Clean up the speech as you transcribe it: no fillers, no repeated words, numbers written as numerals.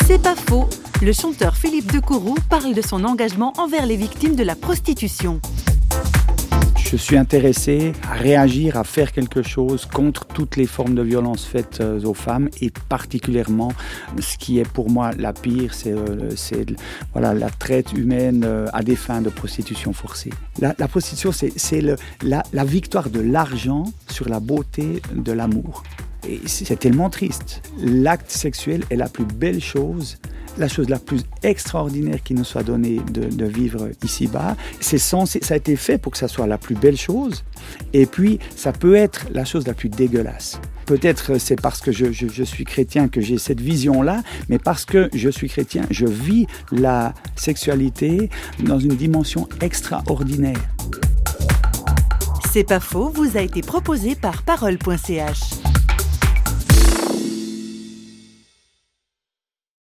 C'est pas faux. Le chanteur Philippe Decouroux parle de son engagement envers les victimes de la prostitution. Je suis intéressé à réagir, à faire quelque chose contre toutes les formes de violence faites aux femmes et particulièrement ce qui est pour moi la pire, c'est la traite humaine à des fins de prostitution forcée. La prostitution, c'est la victoire de l'argent sur la beauté de l'amour. Et c'est tellement triste. L'acte sexuel est la plus belle chose, la chose la plus extraordinaire qui nous soit donnée de vivre ici-bas. Ça a été fait pour que ça soit la plus belle chose. Et puis, ça peut être la chose la plus dégueulasse. Peut-être c'est parce que je suis chrétien que j'ai cette vision-là, mais parce que je suis chrétien, je vis la sexualité dans une dimension extraordinaire. C'est pas faux vous a été proposé par parole.ch.